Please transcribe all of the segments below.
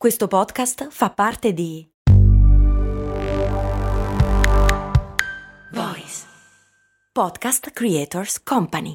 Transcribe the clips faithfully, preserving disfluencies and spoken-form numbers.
Questo podcast fa parte di Voice Podcast Creators Company.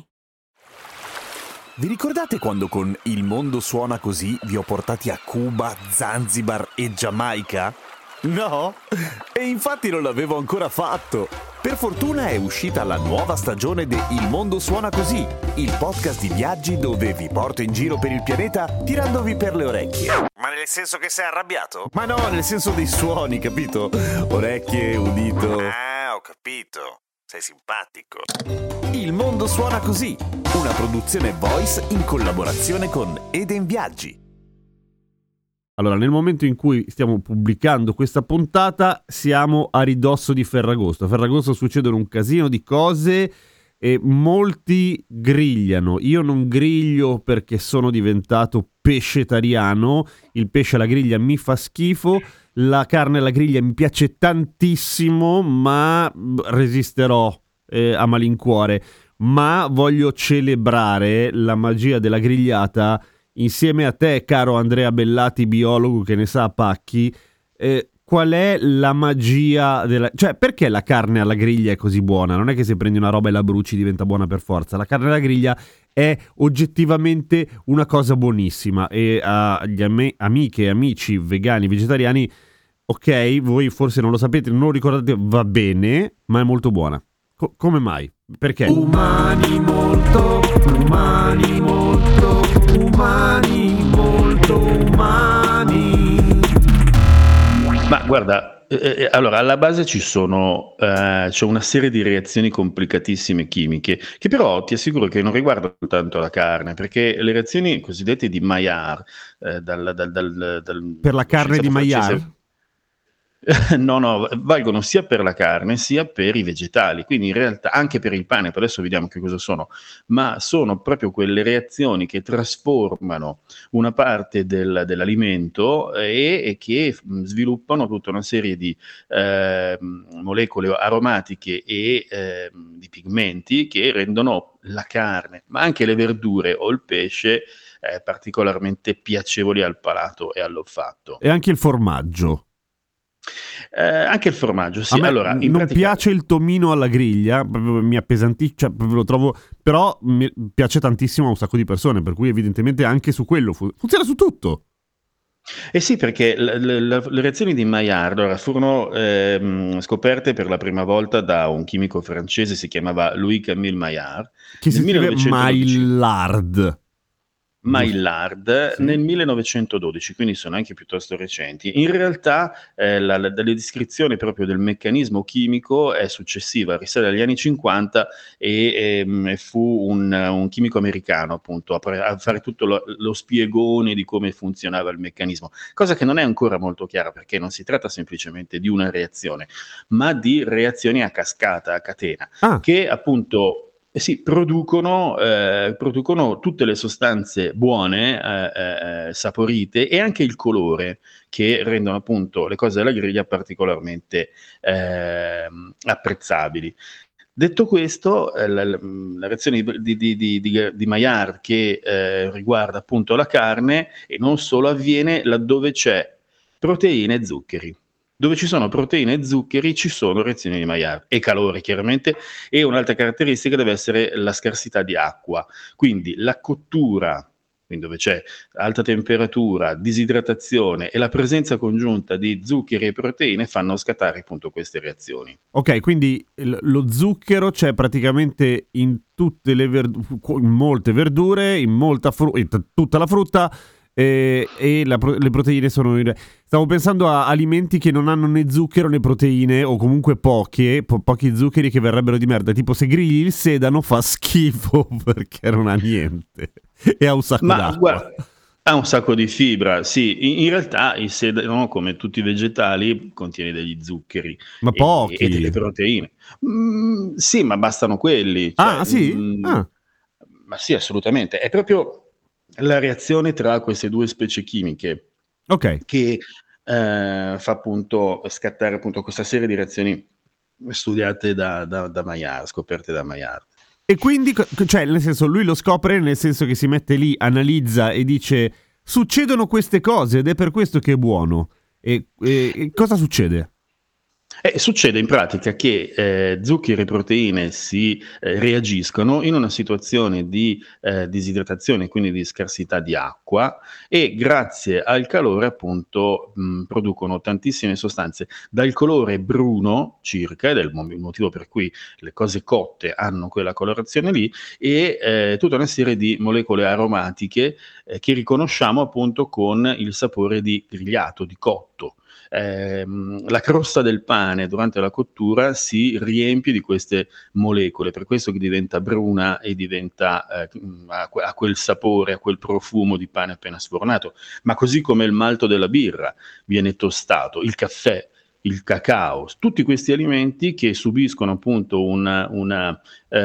Vi ricordate quando con Il mondo suona così vi ho portati a Cuba, Zanzibar e Giamaica? No? E infatti non l'avevo ancora fatto. Per fortuna è uscita la nuova stagione di Il mondo suona così, il podcast di viaggi dove vi porto in giro per il pianeta tirandovi per le orecchie. Ma nel senso che sei arrabbiato? Ma no, nel senso dei suoni, capito? Orecchie, udito. Ah, ho capito. Sei simpatico. Il mondo suona così, una produzione Voice in collaborazione con Eden Viaggi. Allora, nel momento in cui stiamo pubblicando questa puntata, siamo a ridosso di Ferragosto. A Ferragosto succedono un casino di cose e molti grigliano. Io non griglio perché sono diventato pescetariano. Il pesce alla griglia mi fa schifo. La carne alla griglia mi piace tantissimo, ma resisterò eh, a malincuore. Ma voglio celebrare la magia della grigliata insieme a te, caro Andrea Bellati, biologo che ne sa a pacchi. Eh, qual è la magia della... Cioè, perché la carne alla griglia è così buona? Non è che se prendi una roba e la bruci diventa buona per forza. La carne alla griglia è oggettivamente una cosa buonissima. E agli am- amiche e amici vegani, vegetariani, ok, voi forse non lo sapete, non lo ricordate, va bene, ma è molto buona. Co- come mai? Perché? Umani molto, umani molto, umani molto umani. Ma guarda, eh, allora alla base ci sono eh, c'è una serie di reazioni complicatissime chimiche che però ti assicuro che non riguardano tanto la carne, perché le reazioni cosiddette di Maillard eh, dal, dal, dal, dal Per la carne di Maillard? No, no, valgono sia per la carne sia per i vegetali, quindi in realtà anche per il pane, per adesso vediamo che cosa sono, ma sono proprio quelle reazioni che trasformano una parte del, dell'alimento e, e che mh, sviluppano tutta una serie di eh, molecole aromatiche e eh, di pigmenti che rendono la carne, ma anche le verdure o il pesce eh, particolarmente piacevoli al palato e all'olfatto. E anche il formaggio. Eh, anche il formaggio, sì. A me allora, in non pratica... piace il tomino alla griglia, proprio mi appesantisce, cioè, proprio lo trovo, però mi piace tantissimo a un sacco di persone, per cui evidentemente anche su quello fu- funziona su tutto. Eh sì, perché l- l- l- le reazioni di Maillard allora, furono ehm, scoperte per la prima volta da un chimico francese, si chiamava Louis-Camille Maillard, Che si nel scrive millenovecentododici. Maillard. Maillard Sì. nel millenovecentododici, quindi sono anche piuttosto recenti. In realtà eh, la, la, la descrizione proprio del meccanismo chimico è successiva, risale agli anni cinquanta e, ehm, e fu un, un chimico americano appunto a, pre- a fare tutto lo, lo spiegone di come funzionava il meccanismo, cosa che non è ancora molto chiara perché non si tratta semplicemente di una reazione, ma di reazioni a cascata, a catena, Ah, che appunto eh sì, producono, eh, producono tutte le sostanze buone, eh, eh, saporite e anche il colore che rendono appunto le cose della griglia particolarmente eh, apprezzabili. Detto questo, eh, la, la, la reazione di, di, di, di, di Maillard che eh, riguarda appunto la carne e non solo avviene laddove c'è proteine e zuccheri. Dove ci sono proteine e zuccheri ci sono reazioni di Maillard e calore chiaramente, e un'altra caratteristica deve essere la scarsità di acqua, quindi la cottura, quindi dove c'è alta temperatura, disidratazione e la presenza congiunta di zuccheri e proteine fanno scattare appunto queste reazioni. ok, quindi l- lo zucchero c'è praticamente in tutte le verdure, in molte verdure, in molta fru- in t- tutta la frutta. E, e la pro- le proteine sono in... Stavo pensando a alimenti che non hanno né zucchero né proteine, o comunque poche, po- pochi zuccheri che verrebbero di merda. Tipo se grigli il sedano fa schifo perché non ha niente e ha un sacco Ma d'acqua. guarda, ha un sacco di fibra, sì, in, in realtà il sedano, come tutti i vegetali, contiene degli zuccheri Ma e, e delle pochi. proteine. Mm, sì, ma bastano quelli. Ah, Cioè, sì? mm, Ah, ma sì, assolutamente. È proprio la reazione tra queste due specie chimiche ok. che eh, fa appunto scattare appunto questa serie di reazioni studiate da, da, da Maillard, scoperte da Maillard. E quindi, co- cioè, nel senso, lui lo scopre nel senso che si mette lì, analizza e dice succedono queste cose ed è per questo che è buono. E, e- e cosa succede? Eh, succede in pratica che eh, zuccheri e proteine si eh, reagiscono in una situazione di eh, disidratazione, quindi di scarsità di acqua, e grazie al calore appunto mh, producono tantissime sostanze dal colore bruno circa, ed è il mo- il motivo per cui le cose cotte hanno quella colorazione lì, e eh, tutta una serie di molecole aromatiche eh, che riconosciamo appunto con il sapore di grigliato, di cotto. Ehm, la crosta del pane durante la cottura si riempie di queste molecole, per questo che diventa bruna e diventa, eh, ha, que- ha quel sapore, ha quel profumo di pane appena sfornato. Ma così come il malto della birra viene tostato, il caffè, il cacao, tutti questi alimenti che subiscono appunto una, una,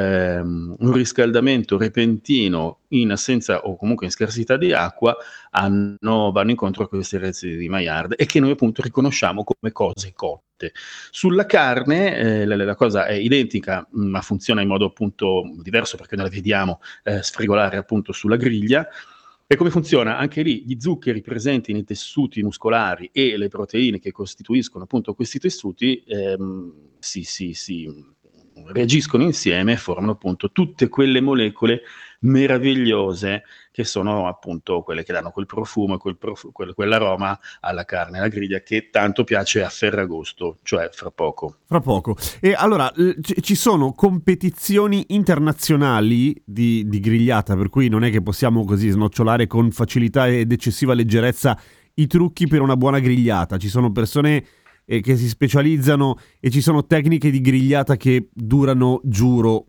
ehm, un riscaldamento repentino in assenza o comunque in scarsità di acqua, hanno, vanno incontro a queste reazioni di Maillard e che noi appunto riconosciamo come cose cotte. Sulla carne eh, la, la cosa è identica, ma funziona in modo appunto diverso perché noi la vediamo eh, sfrigolare appunto sulla griglia. E come funziona? Anche lì gli zuccheri presenti nei tessuti muscolari e le proteine che costituiscono appunto questi tessuti ehm, si, si, si reagiscono insieme e formano appunto tutte quelle molecole meravigliose che sono appunto quelle che danno quel profumo, quel prof- quel- quell'aroma alla carne, alla griglia che tanto piace a Ferragosto, cioè fra poco. Fra poco. E allora, eh, ci ci sono competizioni internazionali di, di grigliata, per cui non è che possiamo così snocciolare con facilità ed eccessiva leggerezza i trucchi per una buona grigliata. Ci sono persone eh, che si specializzano e ci sono tecniche di grigliata che durano, giuro,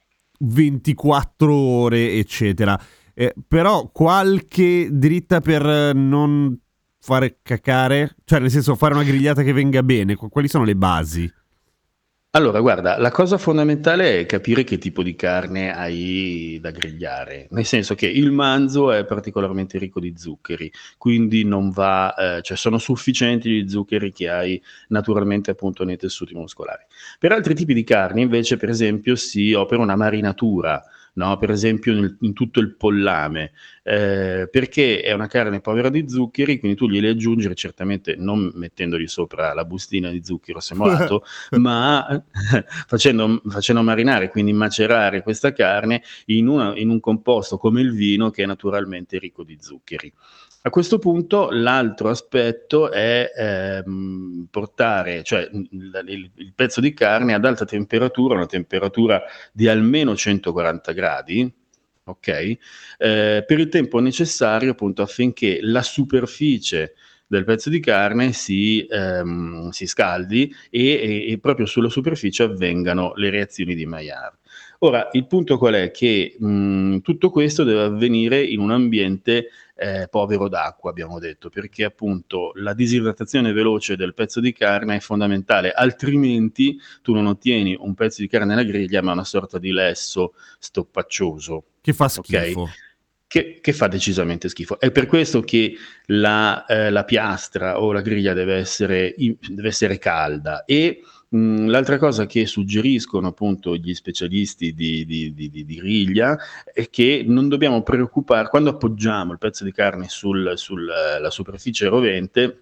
ventiquattro ore, eccetera. Eh, però qualche dritta per eh, non fare cacare? Cioè, nel senso, fare una grigliata che venga bene. Qu- Quali sono le basi? Allora, guarda, la cosa fondamentale è capire che tipo di carne hai da grigliare, nel senso che il manzo è particolarmente ricco di zuccheri, quindi non va, eh, cioè sono sufficienti gli zuccheri che hai naturalmente appunto nei tessuti muscolari. Per altri tipi di carni, invece, per esempio, si opera una marinatura, no? Per esempio nel- in tutto il pollame, eh, perché è una carne povera di zuccheri, quindi tu glieli aggiungi, certamente non mettendogli sopra la bustina di zucchero semolato, ma facendo, facendo marinare, quindi macerare questa carne in, una- in un composto come il vino che è naturalmente ricco di zuccheri. A questo punto l'altro aspetto è ehm, portare, cioè il, il- il pezzo di carne ad alta temperatura, una temperatura di almeno centoquaranta gradi, ok? Eh, per il tempo necessario appunto affinché la superficie del pezzo di carne si, ehm, si scaldi e, e- e proprio sulla superficie avvengano le reazioni di Maillard. Ora, il punto qual è? Che mh, tutto questo deve avvenire in un ambiente eh, povero d'acqua, abbiamo detto, perché appunto la disidratazione veloce del pezzo di carne è fondamentale, altrimenti tu non ottieni un pezzo di carne alla griglia, ma una sorta di lesso stoppaccioso. Che fa Ok? schifo. Che, che fa decisamente schifo. È per questo che la, eh, la piastra o la griglia deve essere, in- deve essere calda. E mh, l'altra cosa che suggeriscono appunto gli specialisti di, di- di- di- di griglia è che non dobbiamo preoccupare, quando appoggiamo il pezzo di carne sulla sul, eh, superficie rovente,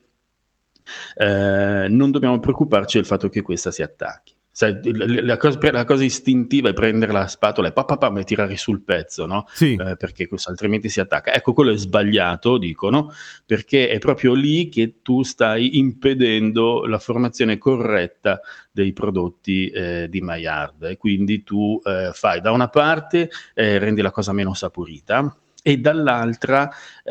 eh, non dobbiamo preoccuparci del fatto che questa si attacchi. Sai, la, la cosa, la cosa istintiva è prendere la spatola e, pa, pa, pam, e tirare sul pezzo, no? Sì. Eh, perché questo altrimenti si attacca. Ecco, quello è sbagliato, dicono, perché è proprio lì che tu stai impedendo la formazione corretta dei prodotti eh, di Maillard, e quindi tu eh, fai da una parte, eh, rendi la cosa meno saporita, e dall'altra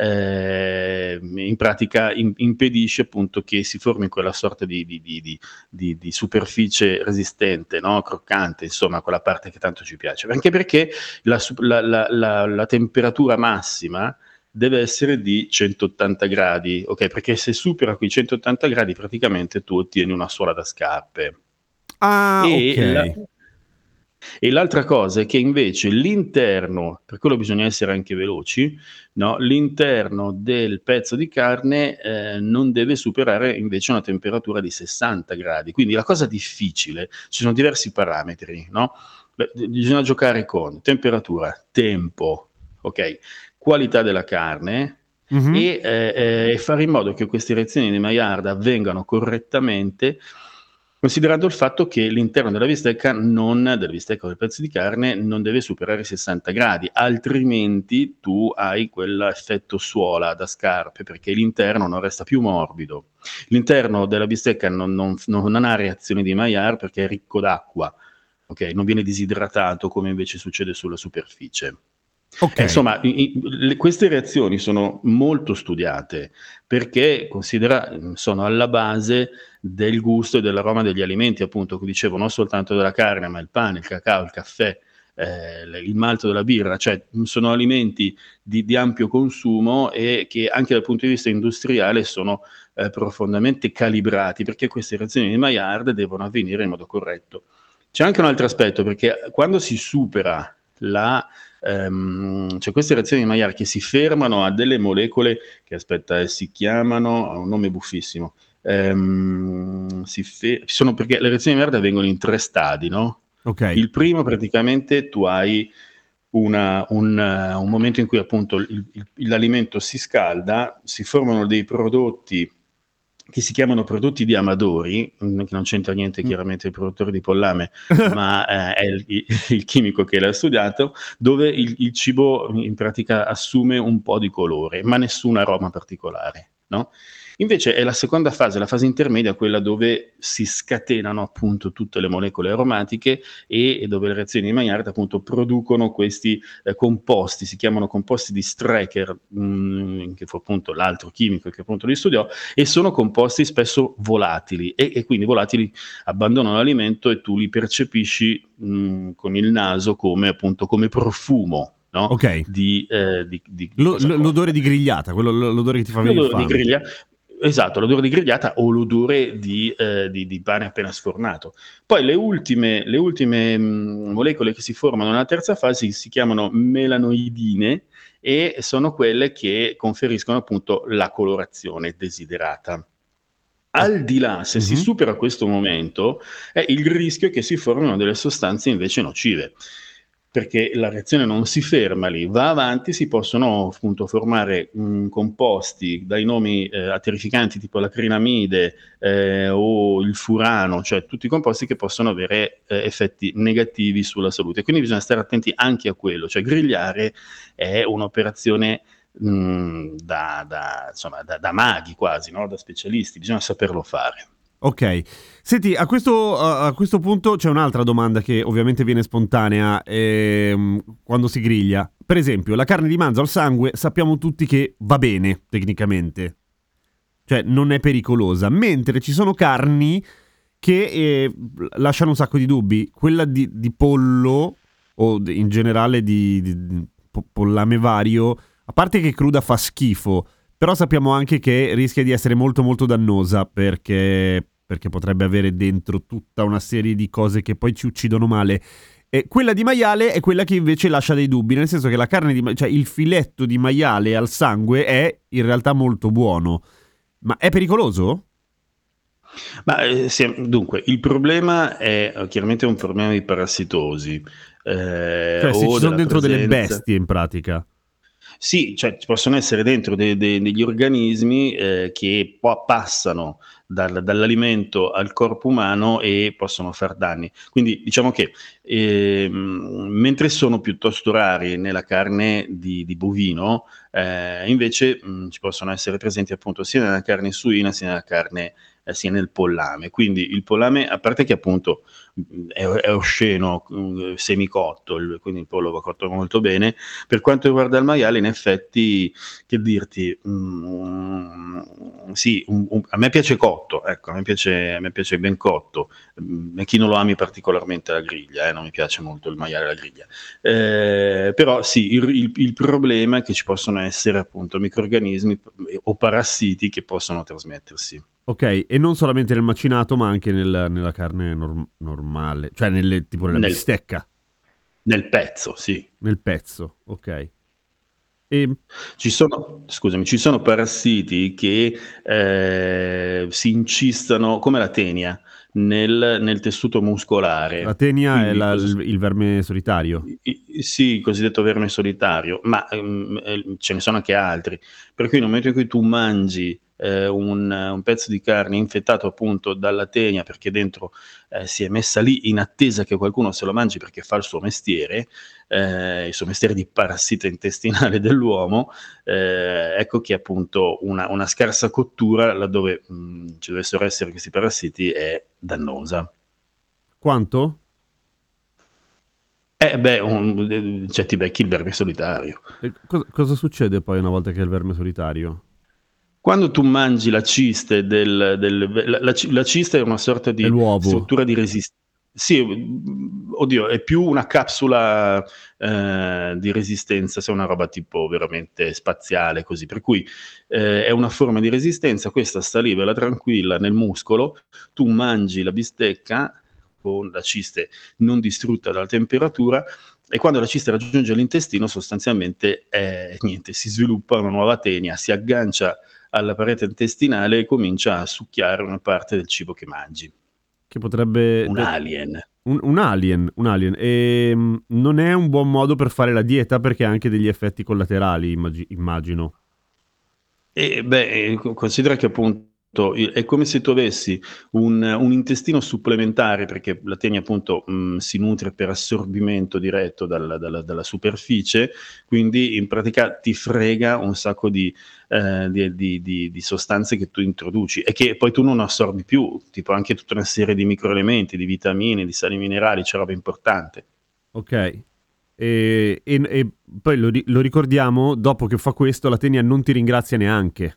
eh, in pratica in- impedisce appunto che si formi quella sorta di, di- di- di- di- di superficie resistente, no? Croccante, insomma, quella parte che tanto ci piace. Anche perché la, su- la- la- la- la temperatura massima deve essere di centottanta gradi, ok? Perché se supera quei centottanta gradi praticamente tu ottieni una suola da scarpe. Ah, ok. E la- e l'altra cosa è che invece l'interno, per quello bisogna essere anche veloci, no? L'interno del pezzo di carne eh, non deve superare invece una temperatura di sessanta gradi. Quindi la cosa difficile, ci sono diversi parametri, no? Beh, bisogna giocare con temperatura, tempo, ok? Qualità della carne Mhm. e eh, eh, fare in modo che queste reazioni di Maillard avvengano correttamente, considerando il fatto che l'interno della bistecca, non, della bistecca o del pezzo di carne, non deve superare i sessanta gradi, altrimenti tu hai quell'effetto suola da scarpe, perché l'interno non resta più morbido. L'interno della bistecca non, non- non ha reazioni di Maillard perché è ricco d'acqua, ok? Non viene disidratato come invece succede sulla superficie. Ok. Eh, insomma, i- i- le- queste reazioni sono molto studiate perché considera, sono alla base del gusto e dell'aroma degli alimenti, appunto, che dicevo, non soltanto della carne, ma il pane, il cacao, il caffè, eh, le- il malto della birra, cioè sono alimenti di, di ampio consumo e che anche dal punto di vista industriale sono eh, profondamente calibrati perché queste reazioni di Maillard devono avvenire in modo corretto. C'è anche un altro aspetto, perché quando si supera la ehm, cioè queste reazioni di Maillard che si fermano a delle molecole che, aspetta, eh, si chiamano, ha un nome buffissimo, ehm, si fe- sono perché le reazioni di Maillard avvengono in tre stadi, no? Ok. Il primo, praticamente, tu hai una- un, eh, un momento in cui appunto il- il- l'alimento si scalda, si formano dei prodotti che si chiamano prodotti di Amadori, mm, che non c'entra niente Mm. chiaramente il produttore di pollame, ma eh, è il, il chimico che l'ha studiato, dove il, il cibo in pratica assume un po' di colore, ma nessun aroma particolare, no? Invece è la seconda fase, la fase intermedia, quella dove si scatenano appunto tutte le molecole aromatiche e, e dove le reazioni di Maillard appunto producono questi eh, composti, si chiamano composti di Strecker, mh, che fu appunto l'altro chimico che appunto li studiò, e sono composti spesso volatili e, e quindi volatili abbandonano l'alimento e tu li percepisci mh, con il naso come appunto come profumo, no? Ok. Di, eh, di, di, di Lo- cosa lo- l'odore cotta. di grigliata, quello, l'odore che ti fa venire L'odore di fame. griglia, esatto, l'odore di grigliata o l'odore di, eh, di, di pane appena sfornato. Poi le ultime, le ultime mh, molecole che si formano nella terza fase si chiamano melanoidine e sono quelle che conferiscono appunto la colorazione desiderata. Oh. Al di là, se si Mhm. supera questo momento, è il rischio che si formino delle sostanze invece nocive, perché la reazione non si ferma lì, va avanti, si possono appunto formare mh, composti dai nomi eh, terrificanti tipo l'acrinamide eh, o il furano, cioè tutti i composti che possono avere eh, effetti negativi sulla salute. Quindi bisogna stare attenti anche a quello, cioè grigliare è un'operazione mh, da, da, insomma, da, da maghi quasi, no? Da specialisti, bisogna saperlo fare. Ok, senti, a questo, a a questo punto c'è un'altra domanda che ovviamente viene spontanea ehm, quando si griglia. Per esempio, la carne di manzo al sangue sappiamo tutti che va bene tecnicamente, cioè non è pericolosa, mentre ci sono carni che eh, lasciano un sacco di dubbi. Quella di, di pollo o d- in generale di, di- di po- pollame vario, a parte che cruda fa schifo, però sappiamo anche che rischia di essere molto molto dannosa perché, perché potrebbe avere dentro tutta una serie di cose che poi ci uccidono male. E quella di maiale è quella che invece lascia dei dubbi, nel senso che la carne di ma- cioè il filetto di maiale al sangue è in realtà molto buono. Ma è pericoloso? Ma eh, sì, dunque, il problema è eh, chiaramente un problema di parassitosi eh, Cioè se ci o sono della dentro delle presenza. bestie in pratica. Sì, cioè ci possono essere dentro de- de- degli organismi eh, che po- passano dal- dall'alimento al corpo umano e possono far danni. Quindi diciamo che ehm, mentre sono piuttosto rari nella carne di, di bovino, eh, invece mh, ci possono essere presenti appunto sia nella carne suina sia nella carne eh, sia nel pollame. Quindi il pollame, a parte che appunto mh, è, è osceno, mh, semicotto, il- quindi il pollo va cotto molto bene. Per quanto riguarda il maiale, in effetti, che dirti, mm, sì, un- un- a me piace cotto, ecco, a me piace, a me piace ben cotto, mm, e chi non lo ami particolarmente alla griglia, eh, non mi piace molto il maiale alla griglia. Eh, però sì, il, il- il problema è che ci possono essere appunto microrganismi o parassiti che possono trasmettersi. Ok, e non solamente nel macinato, ma anche nel- nella carne norm- normale, cioè nelle, tipo nella Nel, bistecca, nel pezzo, sì. nel pezzo, ok. E, Ci sono, scusami, ci sono parassiti che eh, si incistano come la tenia, nel, nel tessuto muscolare. La tenia Quindi, è la- cosa- il, il verme solitario. I- i- Sì, il cosiddetto verme solitario, ma ehm, eh, ce ne sono anche altri. Per cui nel momento in cui tu mangi eh, un, un pezzo di carne infettato appunto dalla tenia, perché dentro eh, si è messa lì in attesa che qualcuno se lo mangi perché fa il suo mestiere, eh, il suo mestiere di parassita intestinale dell'uomo, eh, ecco che appunto una, una scarsa cottura, laddove mh, ci dovessero essere questi parassiti, è dannosa. Quanto? Eh beh, un- cioè ti becchi il verme solitario. E cosa, cosa succede poi una volta che è il verme solitario? Quando tu mangi la ciste del, del- la, la- la ciste è una sorta È di l'uovo. struttura di resistenza. Sì, mm, oddio, è più una capsula eh, di resistenza, se è una roba tipo veramente spaziale, così. Per cui eh, è una forma di resistenza, questa sta lì, bella tranquilla, nel muscolo, tu mangi la bistecca con la ciste non distrutta dalla temperatura, e quando la ciste raggiunge l'intestino sostanzialmente eh, niente, si sviluppa una nuova tenia, si aggancia alla parete intestinale e comincia a succhiare una parte del cibo che mangi. Che potrebbe... Un de- alien. Un, un alien, un alien. E mm, non è un buon modo per fare la dieta perché ha anche degli effetti collaterali, immagi- immagino. E beh, eh, considera che appunto il- è come se tu avessi un, un intestino supplementare, perché la tenia appunto mh, si nutre per assorbimento diretto dalla, dalla- dalla superficie, quindi in pratica ti frega un sacco di, eh, di- di- di- di sostanze che tu introduci e che poi tu non assorbi più, tipo anche tutta una serie di microelementi, di vitamine, di sali minerali, c'è roba importante. Ok. E, e- e poi lo, ri- lo ricordiamo, dopo che fa questo, la tenia non ti ringrazia neanche.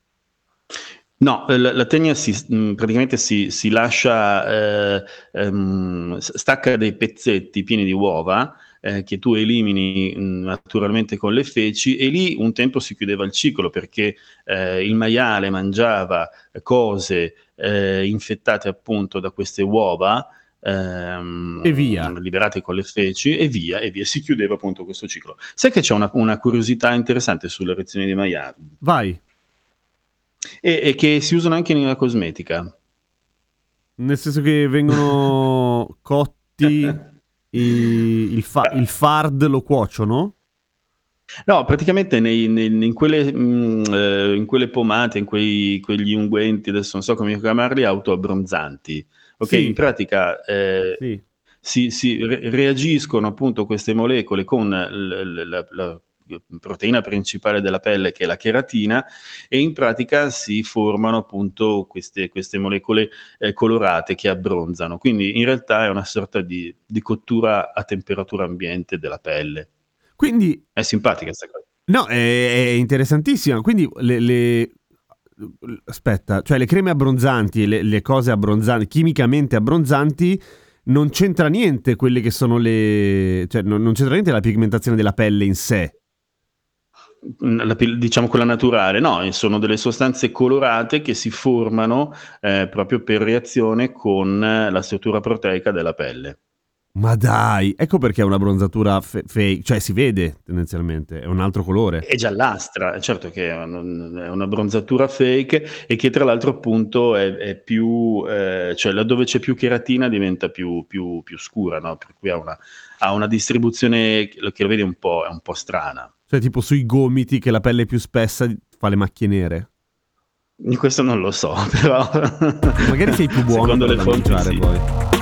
No, eh, la, la tenia si, mh, praticamente si, si lascia, eh, ehm, s- stacca dei pezzetti pieni di uova eh, che tu elimini mh, naturalmente con le feci, e lì un tempo si chiudeva il ciclo perché eh, il maiale mangiava cose eh, infettate appunto da queste uova. ehm, E via. Liberate con le feci e via, e via, si chiudeva appunto questo ciclo. Sai che c'è una, una curiosità interessante sulle reazioni dei maiali? Vai. E, e che si usano anche nella cosmetica. Nel senso che vengono cotti, i- il, fa- il fard lo cuociono? No, praticamente nei- nei- in, quelle, mh, eh, in quelle pomate, in quei, quegli unguenti, adesso non so come chiamarli, autoabbronzanti. Ok, Sì. in pratica eh, Sì. si, si re- reagiscono appunto queste molecole con l- l- la, la proteina principale della pelle, che è la cheratina, e in pratica si formano appunto queste, queste molecole eh, colorate che abbronzano. Quindi in realtà è una sorta di, di cottura a temperatura ambiente della pelle. Quindi, È simpatica questa cosa. no, è, è interessantissima. Quindi le, le- aspetta, cioè le creme abbronzanti, le, le cose abbronzanti, chimicamente abbronzanti, non c'entra niente quelle che sono le... cioè non, non c'entra niente la pigmentazione della pelle in sé. La pil- diciamo quella naturale, no, sono delle sostanze colorate che si formano eh, proprio per reazione con eh, la struttura proteica della pelle. Ma dai, ecco perché è una bronzatura fe- fake, cioè si vede tendenzialmente, è un altro colore. È giallastra, certo che è una, è una bronzatura fake, e che tra l'altro appunto è, è più, eh, cioè laddove c'è più cheratina diventa più, più, più scura, no? Per cui ha una, ha una distribuzione che lo, che lo vedi un po', è un po' strana. Cioè tipo sui gomiti che la pelle è più spessa fa le macchie nere. Di questo non lo so, però Magari sei più buono secondo per le da fonti mangiare sì. poi.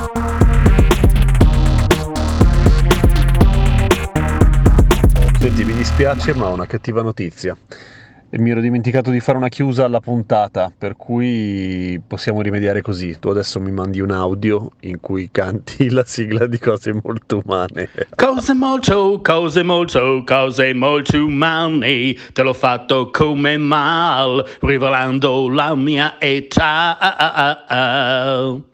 Senti, mi dispiace, ma ho una cattiva notizia. Mi ero dimenticato di fare una chiusa alla puntata, per cui possiamo rimediare così. Tu adesso mi mandi un audio in cui canti la sigla di Cose Molto Umane. Cose molto, cose molto, cose molto umane, te l'ho fatto come mal, rivelando la mia età.